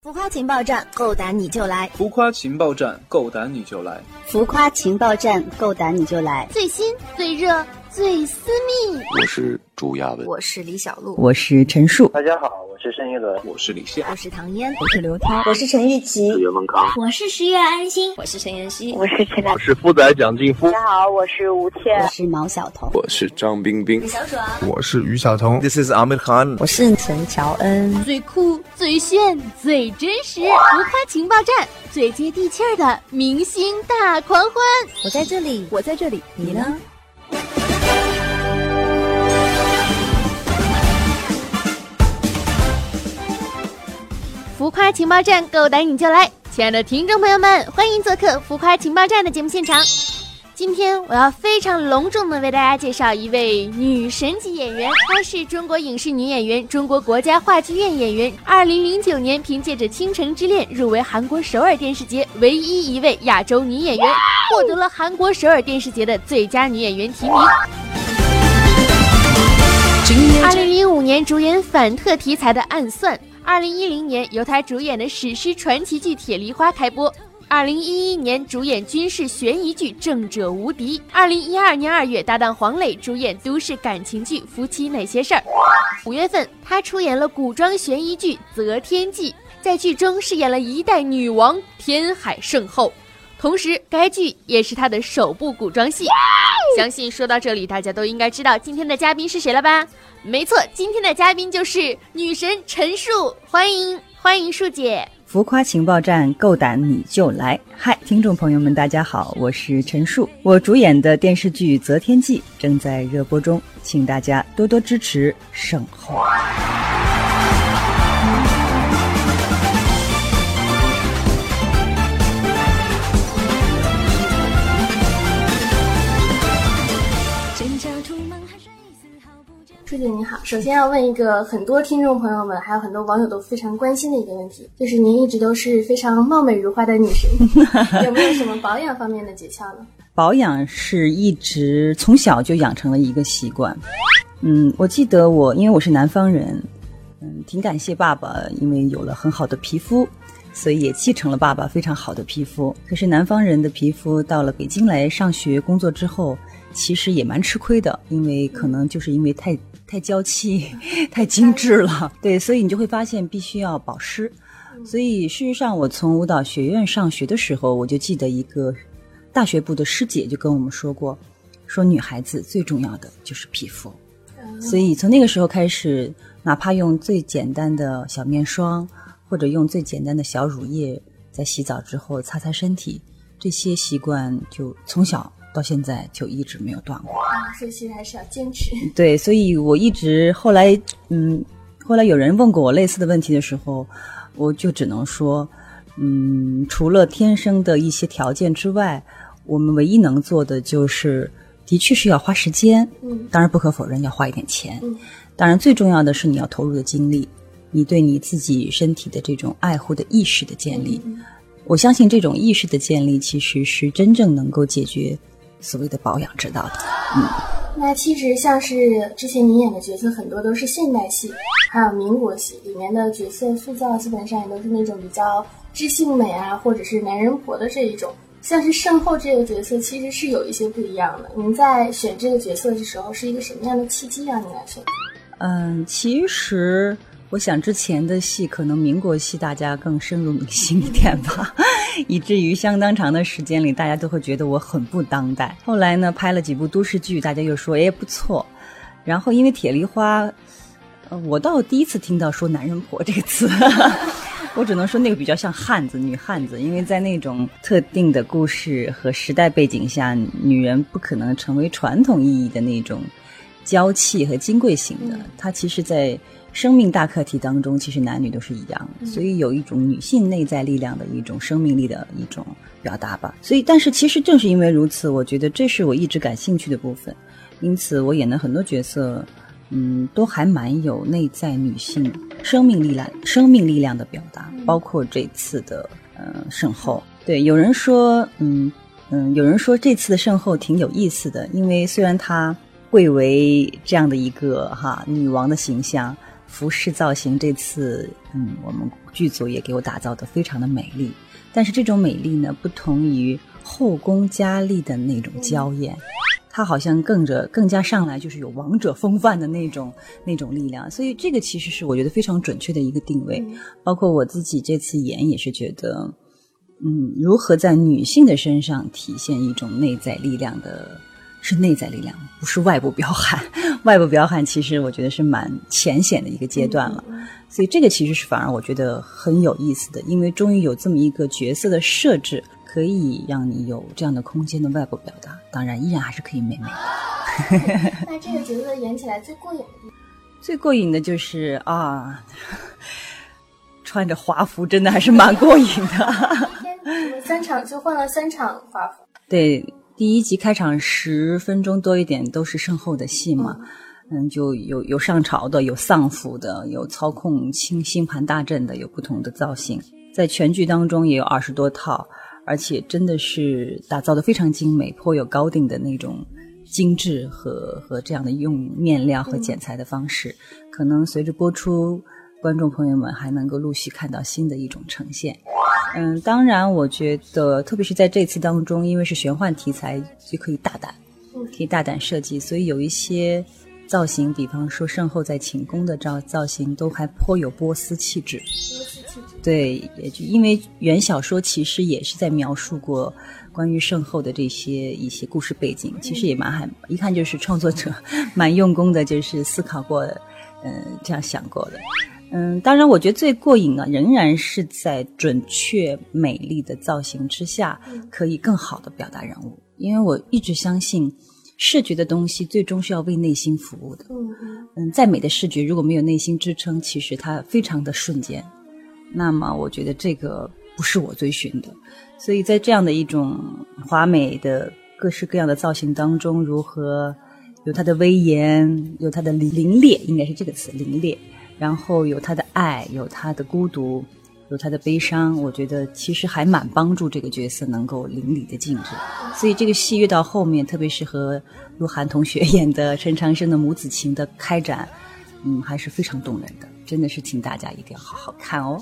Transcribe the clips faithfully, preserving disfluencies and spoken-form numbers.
浮夸情报站，够胆你就来！ 浮夸情报站，够胆你就来！ 浮夸情报站，够胆你就来！ 最新、最热、最私密。 我是朱亚文， 我是李小璐， 我是陈数。 大家好，我是盛一伦， 我是李现， 我是唐嫣， 我是刘涛， 我是陈玉琪， 我是岳梦康， 我是十月安心， 我是陈妍希， 我是陈我是富仔蒋劲夫。 大家好，我是吴倩， 我是毛晓彤， 我是张冰冰， 小爽， 我是于晓彤。 This is Amir Khan， 我是陈乔恩。 最酷、最炫、最真实，浮夸情报站，最接地气儿的明星大狂欢。 我在这里， 我在这里，你呢？ 浮夸情报站，够胆你就来！亲爱的听众朋友们，欢迎做客浮夸情报站的节目现场。今天我要非常隆重的为大家介绍一位女神级演员，她是中国影视女演员，中国国家话剧院演员。二零零九年凭借着《倾城之恋》入围韩国首尔电视节唯一一位亚洲女演员，获得了韩国首尔电视节的最佳女演员提名。二零零五年主演反特题材的《暗算》，二零一零年由她主演的史诗传奇剧《铁梨花》开播。二零一一年主演军事悬疑剧《正者无敌》，二零一二年二月搭档黄磊主演都市感情剧《夫妻那些事儿》。五月份，他出演了古装悬疑剧《择天记》，在剧中饰演了一代女王天海圣后，同时该剧也是他的首部古装戏。相信说到这里，大家都应该知道今天的嘉宾是谁了吧？没错，今天的嘉宾就是女神陈数，欢迎欢迎数姐。 浮夸情报站，够胆你就来！嗨，听众朋友们，大家好，我是陈数。我主演的电视剧《择天记》正在热播中，请大家多多支持圣后。 舒姐你好，首先要问一个很多听众朋友们还有很多网友都非常关心的一个问题，就是您一直都是非常貌美如花的女神，有没有什么保养方面的诀窍呢？ 保养是一直从小就养成了一个习惯。嗯，我记得我因为我是南方人，嗯，挺感谢爸爸，因为有了很好的皮肤，所以也继承了爸爸非常好的皮肤。可是南方人的皮肤到了北京来上学工作之后，其实也蛮吃亏的，因为可能就是因为太太娇气太精致了，对，所以你就会发现必须要保湿。所以事实上我从舞蹈学院上学的时候，我就记得一个大学部的师姐就跟我们说过，说女孩子最重要的就是皮肤。所以从那个时候开始，哪怕用最简单的小面霜，或者用最简单的小乳液，在洗澡之后擦擦身体，这些习惯就从小到现在就一直没有断过啊，所以其实还是要坚持。 对，所以我一直后来，嗯，后来有人问过我类似的问题的时候，我就只能说，嗯，除了天生的一些条件之外，我们唯一能做的就是，的确是要花时间，嗯，当然不可否认要花一点钱，嗯，当然最重要的是你要投入的精力，你对你自己身体的这种爱护的意识的建立，嗯，我相信这种意识的建立其实是真正能够解决所谓的保养之道的。嗯， 那其实像是之前您演的角色很多都是现代戏，还有民国戏，里面的角色塑造基本上也都是那种比较知性美啊，或者是男人婆的这一种。像是圣后这个角色其实是有一些不一样的，您在选这个角色的时候是一个什么样的契机让您来选？ 嗯，其实我想之前的戏可能民国戏大家更深入民心一点吧，以至于相当长的时间里大家都会觉得我很不当代。后来呢拍了几部都市剧，大家又说哎不错。然后因为铁梨花，呃，我倒第一次听到说男人婆这个词我只能说那个比较像汉子，女汉子，因为在那种特定的故事和时代背景下，女人不可能成为传统意义的那种娇气和金贵型的，她其实在生命大课题当中，其实男女都是一样的，所以有一种女性内在力量的一种生命力的一种表达吧。所以但是其实正是因为如此，我觉得这是我一直感兴趣的部分，因此我演的很多角色嗯，都还蛮有内在女性生命力量生命力量的表达，包括这次的呃圣后。对，有人说嗯嗯有人说这次的圣后挺有意思的，因为虽然她贵为这样的一个哈女王的形象， 服饰造型这次嗯，我们剧组也给我打造的非常的美丽，但是这种美丽呢，不同于后宫佳丽的那种娇艳，它好像更着更加上来就是有王者风范的那种那种力量，所以这个其实是我觉得非常准确的一个定位。包括我自己这次演也是觉得嗯，如何在女性的身上体现一种内在力量的，是内在力量，不是外部彪悍。外部彪悍其实我觉得是蛮浅显的一个阶段了，所以这个其实是反而我觉得很有意思的，因为终于有这么一个角色的设置，可以让你有这样的空间的外部表达，当然依然还是可以美美的。 那这个角色演起来最过瘾的地方？ 最过瘾的就是啊，穿着华服真的还是蛮过瘾的。 我们三场就换了三场华服。 对，第一集开场十分钟多一点都是身后的戏嘛，嗯，嗯就有有上朝的，有丧服的，有操控星星盘大阵的，有不同的造型，在全剧当中也有二十多套，而且真的是打造的非常精美，颇有高定的那种精致和和这样的用面料和剪裁的方式，嗯、可能随着播出，观众朋友们还能够陆续看到新的一种呈现。嗯，当然我觉得特别是在这次当中，因为是玄幻题材，就可以大胆可以大胆设计，所以有一些造型，比方说圣后在寝宫的造造型都还颇有波斯气质。波斯气质。对，也就因为原小说其实也是在描述过关于圣后的这些一些故事背景，其实也蛮还一看就是创作者蛮用功的，就是思考过的，嗯，这样想过的。嗯，当然我觉得最过瘾呢，仍然是在准确美丽的造型之下，可以更好的表达人物。因为我一直相信视觉的东西最终是要为内心服务的。嗯，再美的视觉如果没有内心支撑，其实它非常的瞬间。那么我觉得这个不是我追寻的，所以在这样的一种华美的各式各样的造型当中，如何有它的威严，有它的凌冽，应该是这个词，凌冽，然后有他的爱，有他的孤独，有他的悲伤，我觉得其实还蛮帮助这个角色能够淋漓的尽致。所以这个戏越到后面，特别是和鹿晗同学演的陈长生的母子情的开展，嗯，还是非常动人的，真的是请大家一定要好好看哦。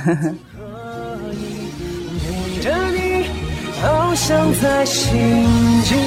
陪着你翱翔在心底，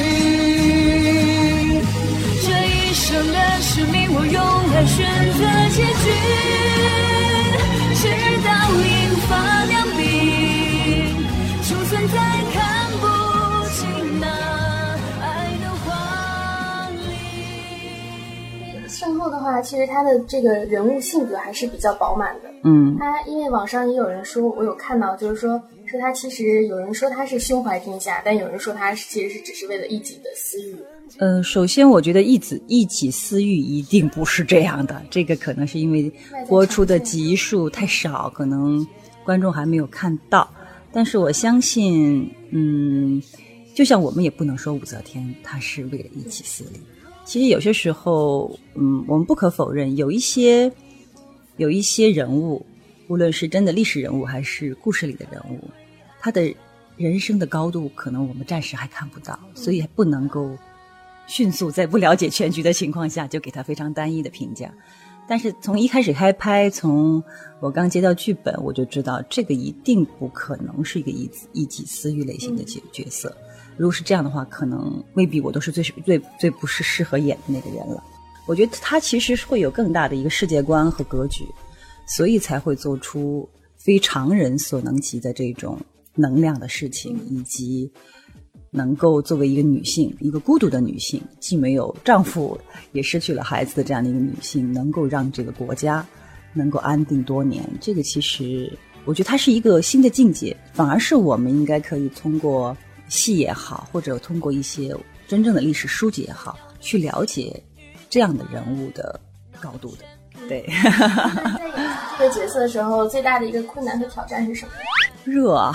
这一生的使命我勇敢选择结局，直到银发两鬓，就算再看不清那爱的华丽。 圣后的话，其实她的这个人物性格还是比较饱满的。 嗯， 她因为网上也有人说，我有看到，就是说说她其实有人说她是胸怀天下，但有人说她其实是只是为了一己的私欲。 呃，首先我觉得一己一己私欲一定不是这样的，这个可能是因为播出的集数太少，可能观众还没有看到。但是我相信，嗯，就像我们也不能说武则天她是为了一己私利。其实有些时候，嗯，我们不可否认，有一些有一些人物，无论是真的历史人物还是故事里的人物，他的人生的高度可能我们暂时还看不到，所以还不能够迅速在不了解全局的情况下就给他非常单一的评价。但是从一开始开拍，从我刚接到剧本，我就知道这个一定不可能是一个一一己私欲类型的角角色。如果是这样的话，可能未必我都是最最最不是适合演的那个人了。我觉得他其实会有更大的一个世界观和格局，所以才会做出非常人所能及的这种能量的事情，以及能够作为一个女性，一个孤独的女性，既没有丈夫也失去了孩子的这样的一个女性，能够让这个国家能够安定多年，这个其实我觉得它是一个新的境界，反而是我们应该可以通过戏也好，或者通过一些真正的历史书籍也好，去了解这样的人物的高度的。对。 在演这个角色的时候，最大的一个困难和挑战是什么？ 热啊。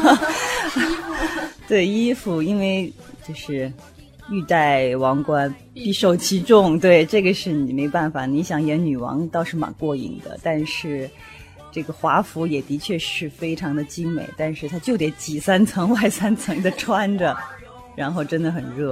对，衣服，因为就是欲戴王冠必受其重，对，这个是你没办法，你想演女王倒是蛮过瘾的，但是这个华服也的确是非常的精美，但是它就得挤三层外三层的穿着，然后真的很热。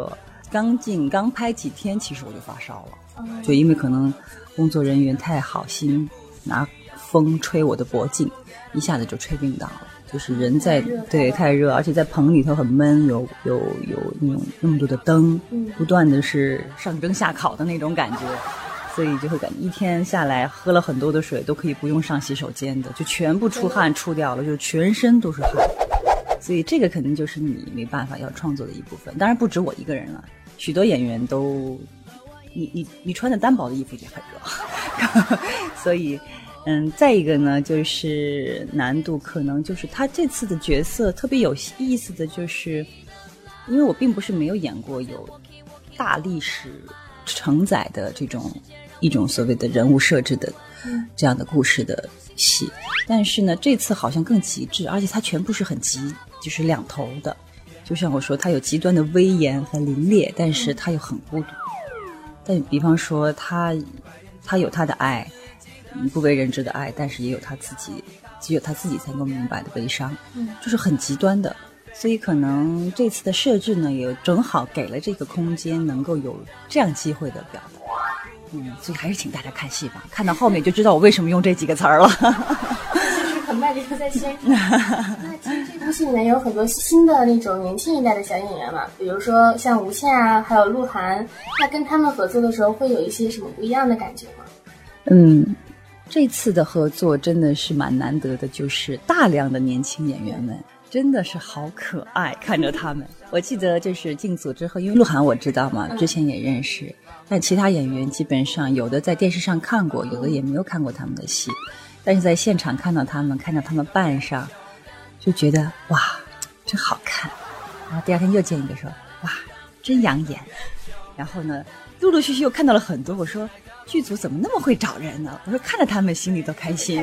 刚进刚拍几天，其实我就发烧了，就因为可能工作人员太好心，拿风吹我的脖颈，一下子就吹病倒了。就是人在对太热，而且在棚里头很闷，有有有那种那么多的灯，不断的是上蒸下烤的那种感觉，所以就会感觉一天下来喝了很多的水都可以不用上洗手间的，就全部出汗出掉了，就是全身都是汗。所以这个肯定就是你没办法要创作的一部分，当然不止我一个人了，许多演员都，你你你穿的单薄的衣服也很热，所以。嗯，再一个呢，就是难度可能就是他这次的角色特别有意思的就是，因为我并不是没有演过有大历史承载的这种一种所谓的人物设置的这样的故事的戏，但是呢，这次好像更极致，而且它全部是很极，就是两头的。就像我说，它有极端的威严和凌冽，但是它又很孤独。但比方说，他他有他的爱。不为人知的爱，但是也有他自己，只有他自己才能够明白的悲伤，嗯，就是很极端的。所以可能这次的设置呢，也正好给了这个空间，能够有这样机会的表达。嗯，所以还是请大家看戏吧，看到后面就知道我为什么用这几个词儿了。 就是很卖力的在宣传。那其实这部戏里面有很多新的那种年轻一代的小演员嘛，比如说像吴倩啊，还有鹿晗，那跟他们合作的时候会有一些什么不一样的感觉吗？ 嗯。这次的合作真的是蛮难得的，就是大量的年轻演员们真的是好可爱，看着他们。我记得就是进组之后，因为鹿晗我知道嘛，之前也认识，但其他演员基本上有的在电视上看过，有的也没有看过他们的戏，但是在现场看到他们，看到他们扮上，就觉得哇，真好看。然后第二天又见一个说哇，真养眼。然后呢，陆陆续续又看到了很多，我说剧组怎么那么会找人呢？我说看着他们心里都开心。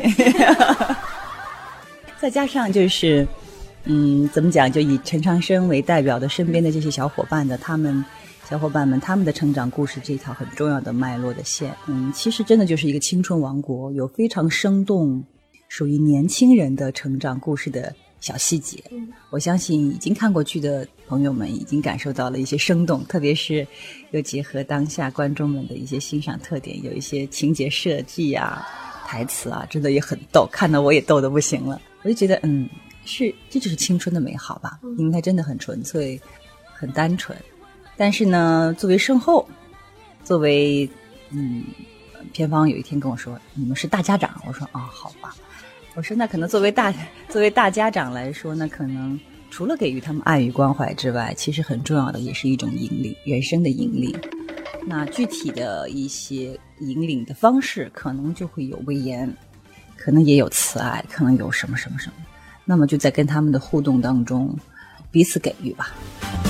再加上就是嗯，怎么讲，就以陈长生为代表的身边的这些小伙伴的他们小伙伴们他们的成长故事这条很重要的脉络的线，嗯，其实真的就是一个青春王国，有非常生动属于年轻人的成长故事的小细节。我相信已经看过剧的朋友们已经感受到了一些生动，特别是又结合当下观众们的一些欣赏特点，有一些情节设计啊、台词啊，真的也很逗，看得我也逗得不行了。我就觉得嗯，是这就是青春的美好吧，因为它真的很纯粹很单纯。但是呢，作为身后，作为嗯，片方有一天跟我说你们是大家长，我说啊、哦，好吧。我说那可能作为大作为大家长来说，那可能除了给予他们爱与关怀之外，其实很重要的也是一种引领，原生的引领。那具体的一些引领的方式可能就会有威严，可能也有慈爱，可能有什么什么什么，那么就在跟他们的互动当中彼此给予吧。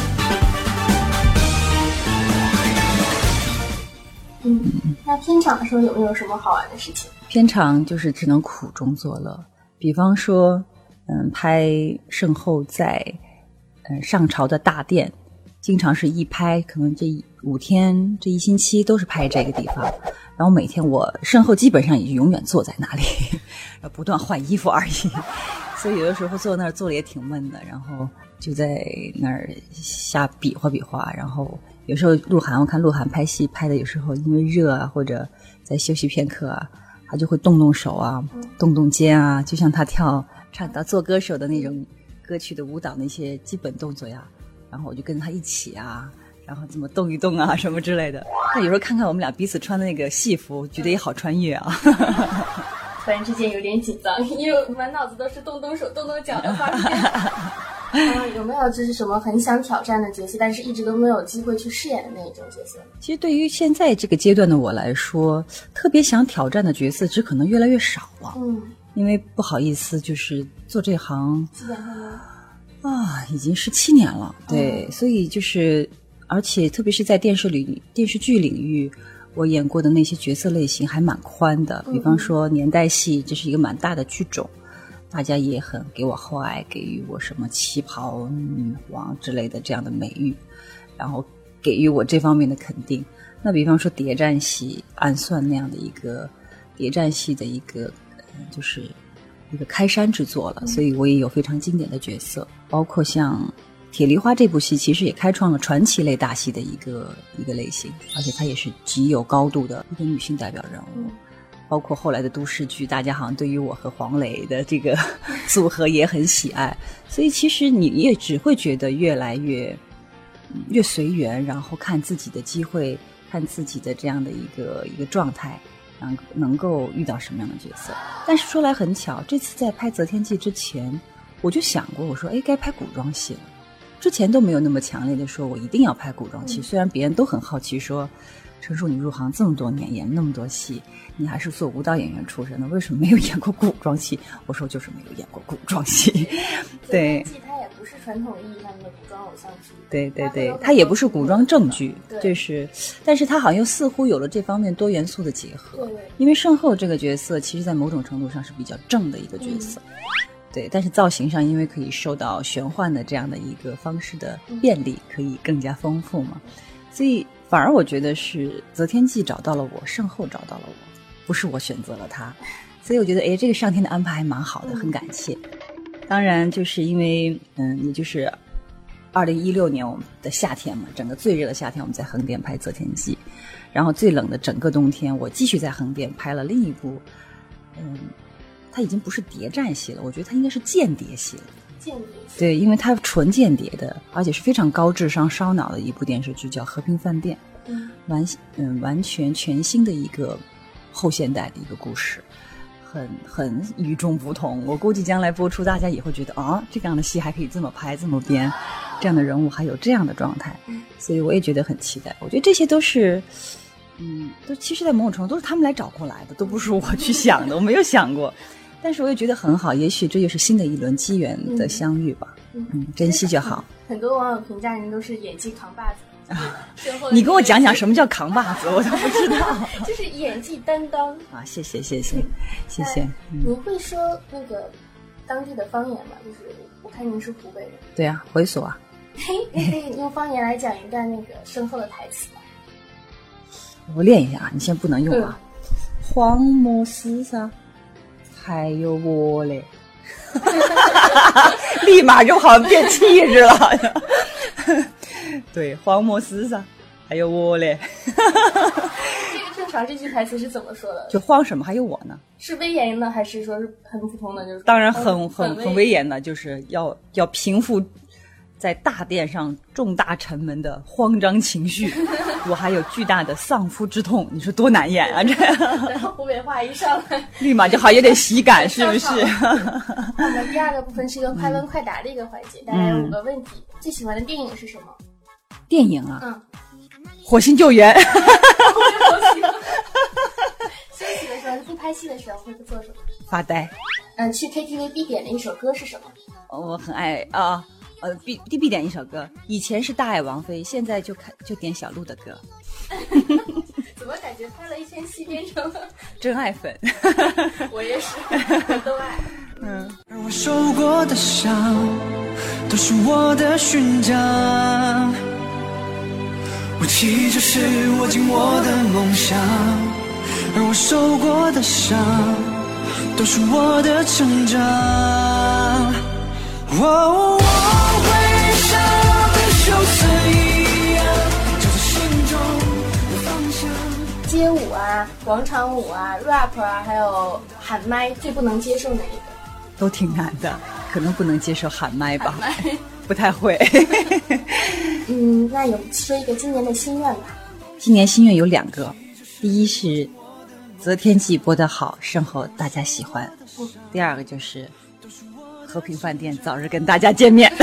嗯，那片场的时候有没有什么好玩的事情？ 片场就是只能苦中作乐，比方说嗯，拍圣后在嗯上朝的大殿，经常是一拍可能这五天这一星期都是拍这个地方，然后每天我圣后基本上也永远坐在那里不断换衣服而已，所以有的时候坐那儿坐了也挺闷的，然后就在那儿瞎比划比划。然后有时候鹿晗，我看鹿晗拍戏拍的有时候因为热啊，或者在休息片刻啊，他就会动动手啊，动动肩啊，就像他跳唱到做歌手的那种歌曲的舞蹈那些基本动作呀，然后我就跟他一起啊，然后怎么动一动啊什么之类的。那有时候看看我们俩彼此穿的那个戏服，觉得也好穿越啊。 突然之间有点紧张，因为满脑子都是动动手动动脚的画面。啊，有没有就是什么很想挑战的角色，但是一直都没有机会去饰演的那一种角色？ 其实对于现在这个阶段的我来说，特别想挑战的角色只可能越来越少了。嗯，因为不好意思，就是做这行基本上呢啊，已经十七年了。对、嗯，所以就是而且特别是在电视领电视剧领域，我演过的那些角色类型还蛮宽的，比方说年代戏，这是一个蛮大的剧种。大家也很给我厚爱，给予我什么旗袍女王之类的这样的美誉，然后给予我这方面的肯定。那比方说谍战戏、暗算那样的一个谍战戏的一个、呃、就是一个开山之作了，所以我也有非常经典的角色，包括像铁梨花这部戏其实也开创了传奇类大戏的一个一个类型，而且它也是极有高度的一个女性代表人物。嗯，包括后来的都市剧，大家好像对于我和黄磊的这个组合也很喜爱，所以其实你也只会觉得越来越越随缘，然后看自己的机会，看自己的这样的一个一个状态，能能够遇到什么样的角色。但是说来很巧，这次在拍《择天记》之前，我就想过，我说哎，该拍古装戏了。之前都没有那么强烈的说我一定要拍古装戏，嗯、虽然别人都很好奇说，陈数你入行这么多年，演那么多戏，你还是做舞蹈演员出身的，为什么没有演过古装戏？我说就是没有演过古装戏。对， 它也不是传统意义上的古装偶像剧。 对对对，它也不是古装正剧，就是，但是它好像又似乎有了这方面多元素的结合。对，因为圣后这个角色，其实在某种程度上是比较正的一个角色。嗯，对，但是造型上因为可以受到玄幻的这样的一个方式的便利，可以更加丰富嘛，所以反而我觉得是择天记找到了我，圣后找到了我，不是我选择了他，所以我觉得哎，这个上天的安排还蛮好的，很感谢。当然就是因为嗯，也就是二零一六年我们的夏天嘛，整个最热的夏天我们在横店拍择天记，然后最冷的整个冬天我继续在横店拍了另一部嗯它已经不是谍战戏了，我觉得它应该是间谍戏了。 间谍戏， 对，因为它纯间谍的，而且是非常高智商烧脑的一部电视剧，叫《和平饭店》。嗯，完嗯完全全新的一个后现代的一个故事，很很与众不同。我估计将来播出，大家也会觉得啊，这样的戏还可以这么拍，这么编，这样的人物还有这样的状态，所以我也觉得很期待。我觉得这些都是。嗯，都其实在某种程度都是他们来找过来的，都不是我去想的，我没有想过，但是我也觉得很好，也许这就是新的一轮机缘的相遇吧。嗯，嗯珍惜就好。 很多网友评价您都是演技扛把子，啊、 你跟我讲讲什么叫扛把子，我都不知道。 就是演技担当啊！谢谢谢谢谢谢。 嗯、您会说那个当地的方言吗？就是我看您是湖北人。 对啊，回所啊。 嘿，你可以用方言来讲一段那个身后的台词吗？ 我练一下啊，你先不能用啊。嗯、荒漠厮杀，还有我嘞，立马就好像变气质了。对，荒漠厮杀，还有我嘞。 这个正常这句台词是怎么说的？ 就慌什么还有我呢？ 是威严的，还是说是很普通的？就是当然很很很威严的，就是要要平复。在大殿上众大臣们的慌张情绪，我还有巨大的丧夫之痛，你说多难演啊！这然后湖北话一上来， 立马就好有点喜感，是不是？ 我们第二个部分是一个快问快答的一个环节，大家有五个问题。嗯、最喜欢的电影是什么？ 电影啊， 嗯， 火星救援。 休息的时候，不拍戏的时候会做什么？ 发呆。 嗯，去 K T V 必点的一首歌是什么？ 我很爱啊。呃，必必点一首歌，以前是大爱王菲，现在就看就点小鹿的歌。 怎么感觉拍了一天戏变成了真爱粉？ 我也是，都爱。 嗯。而我受过的伤，都是我的勋章。武器就是握紧我的梦想，而我受过的伤，都是我的成长。哦。 街舞啊，广场舞啊 ，rap 啊，还有喊麦，最不能接受哪一个？ 都挺难的，可能不能接受喊麦吧， 喊麦不太会。 嗯，那有说一个今年的心愿吧。 今年心愿有两个，第一是择天记播得好，圣后大家喜欢；嗯、第二个就是和平饭店早日跟大家见面。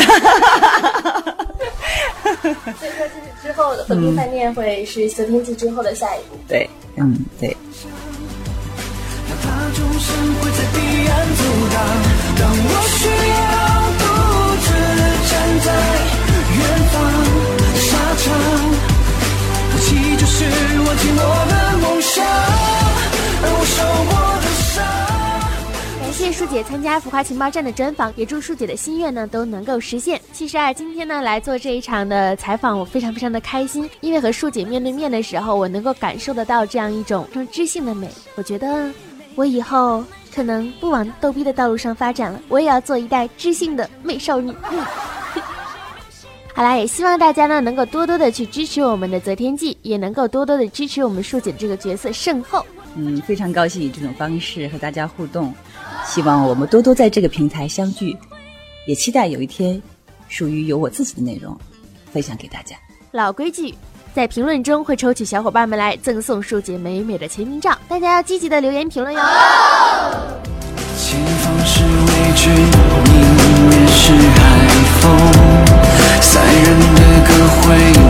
所以说，就是之后的和平饭店会是择天记之后的下一步。 对，嗯，对。 哪怕众生会在彼岸阻挡，当我需要独自站在远方沙场，武器就是握紧我的梦想，而我受过的伤。 谢谢舒姐参加浮夸情报站的专访，也祝舒姐的心愿呢都能够实现。其实啊，今天呢来做这一场的采访，我非常非常的开心，因为和舒姐面对面的时候，我能够感受得到这样一种这种知性的美。我觉得我以后可能不往逗逼的道路上发展了，我也要做一代知性的美少女。嗯好啦，也希望大家呢能够多多的去支持我们的择天记，也能够多多的支持我们树姐这个角色圣后。 嗯，非常高兴以这种方式和大家互动，希望我们多多在这个平台相聚，也期待有一天属于有我自己的内容分享给大家。 老规矩，在评论中会抽取小伙伴们来赠送树姐美美的签名照，大家要积极的留言评论哟。 前方是未知，后面是海风，塞人的歌会